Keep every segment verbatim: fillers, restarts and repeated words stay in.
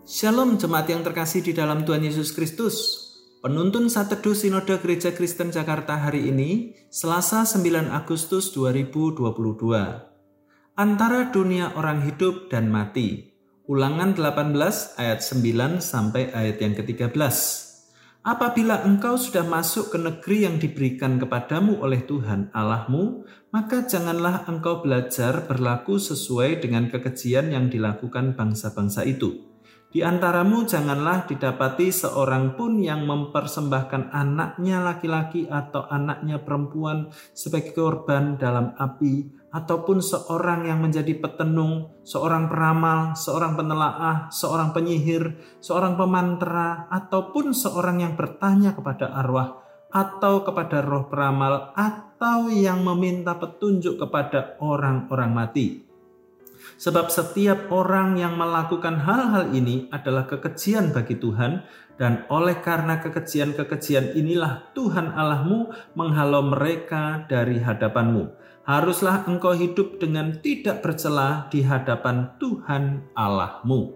Shalom jemaat yang terkasih di dalam Tuhan Yesus Kristus. Penuntun Saat Teduh Sinode Gereja Kristen Jakarta hari ini, Selasa sembilan Agustus dua ribu dua puluh dua. Antara dunia orang hidup dan mati. Ulangan delapan belas ayat sembilan sampai ayat yang ketiga belas. Apabila engkau sudah masuk ke negeri yang diberikan kepadamu oleh Tuhan Allahmu, maka janganlah engkau belajar berlaku sesuai dengan kekejian yang dilakukan bangsa-bangsa itu. Di antaramu janganlah didapati seorang pun yang mempersembahkan anaknya laki-laki atau anaknya perempuan sebagai korban dalam api, ataupun seorang yang menjadi petenung, seorang peramal, seorang penelaah, seorang penyihir, seorang pemantera, ataupun seorang yang bertanya kepada arwah, atau kepada roh peramal, atau yang meminta petunjuk kepada orang-orang mati. Sebab setiap orang yang melakukan hal-hal ini adalah kekejian bagi Tuhan, dan oleh karena kekejian-kekejian inilah Tuhan Allahmu menghalau mereka dari hadapanmu. Haruslah engkau hidup dengan tidak bercela di hadapan Tuhan Allahmu.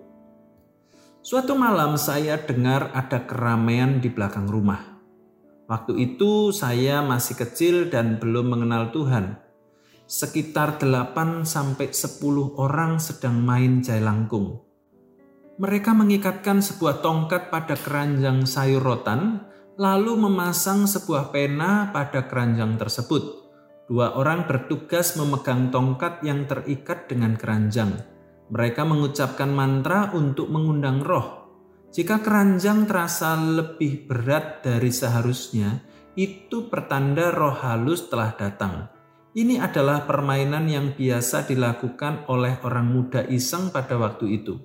Suatu malam saya dengar ada keramaian di belakang rumah. Waktu itu saya masih kecil dan belum mengenal Tuhan. Sekitar delapan sampai sepuluh orang sedang main jailangkung. Mereka mengikatkan sebuah tongkat pada keranjang sayur rotan, lalu memasang sebuah pena pada keranjang tersebut. Dua orang bertugas memegang tongkat yang terikat dengan keranjang. Mereka mengucapkan mantra untuk mengundang roh. Jika keranjang terasa lebih berat dari seharusnya, itu pertanda roh halus telah datang. Ini adalah permainan yang biasa dilakukan oleh orang muda iseng pada waktu itu.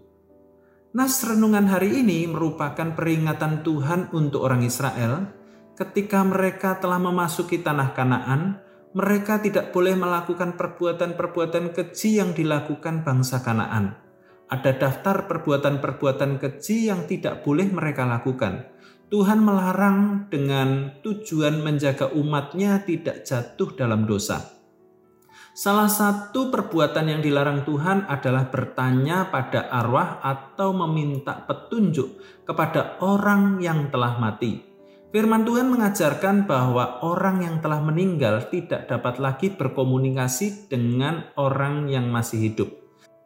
Nas renungan hari ini merupakan peringatan Tuhan untuk orang Israel. Ketika mereka telah memasuki tanah Kanaan, mereka tidak boleh melakukan perbuatan-perbuatan keji yang dilakukan bangsa Kanaan. Ada daftar perbuatan-perbuatan keji yang tidak boleh mereka lakukan. Tuhan melarang dengan tujuan menjaga umatnya tidak jatuh dalam dosa. Salah satu perbuatan yang dilarang Tuhan adalah bertanya pada arwah atau meminta petunjuk kepada orang yang telah mati. Firman Tuhan mengajarkan bahwa orang yang telah meninggal tidak dapat lagi berkomunikasi dengan orang yang masih hidup.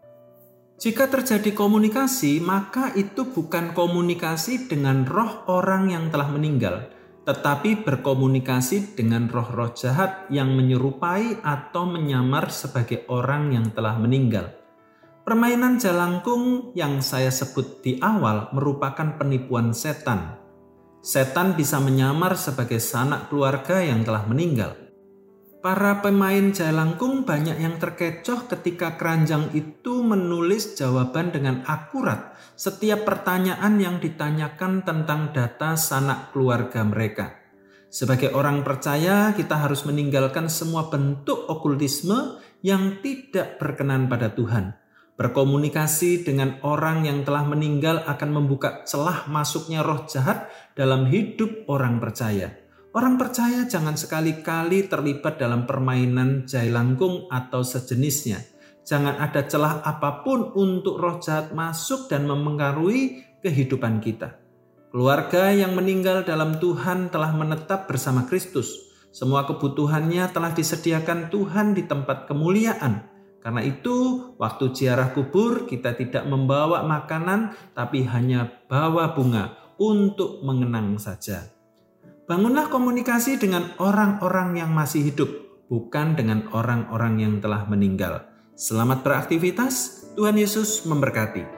Jika terjadi komunikasi, maka itu bukan komunikasi dengan roh orang yang telah meninggal, tetapi berkomunikasi dengan roh-roh jahat yang menyerupai atau menyamar sebagai orang yang telah meninggal. Permainan jalangkung yang saya sebut di awal merupakan penipuan setan. Setan bisa menyamar sebagai sanak keluarga yang telah meninggal. Para pemain jalangkung banyak yang terkecoh ketika keranjang itu menulis jawaban dengan akurat setiap pertanyaan yang ditanyakan tentang data sanak keluarga mereka. Sebagai orang percaya, kita harus meninggalkan semua bentuk okultisme yang tidak berkenan pada Tuhan. Berkomunikasi dengan orang yang telah meninggal akan membuka celah masuknya roh jahat dalam hidup orang percaya. Orang percaya jangan sekali-kali terlibat dalam permainan jailangkung atau sejenisnya. Jangan ada celah apapun untuk roh jahat masuk dan memengaruhi kehidupan kita. Keluarga yang meninggal dalam Tuhan telah menetap bersama Kristus. Semua kebutuhannya telah disediakan Tuhan di tempat kemuliaan. Karena itu, waktu ziarah kubur kita tidak membawa makanan, tapi hanya bawa bunga untuk mengenang saja. Bangunlah komunikasi dengan orang-orang yang masih hidup, bukan dengan orang-orang yang telah meninggal. Selamat beraktivitas, Tuhan Yesus memberkati.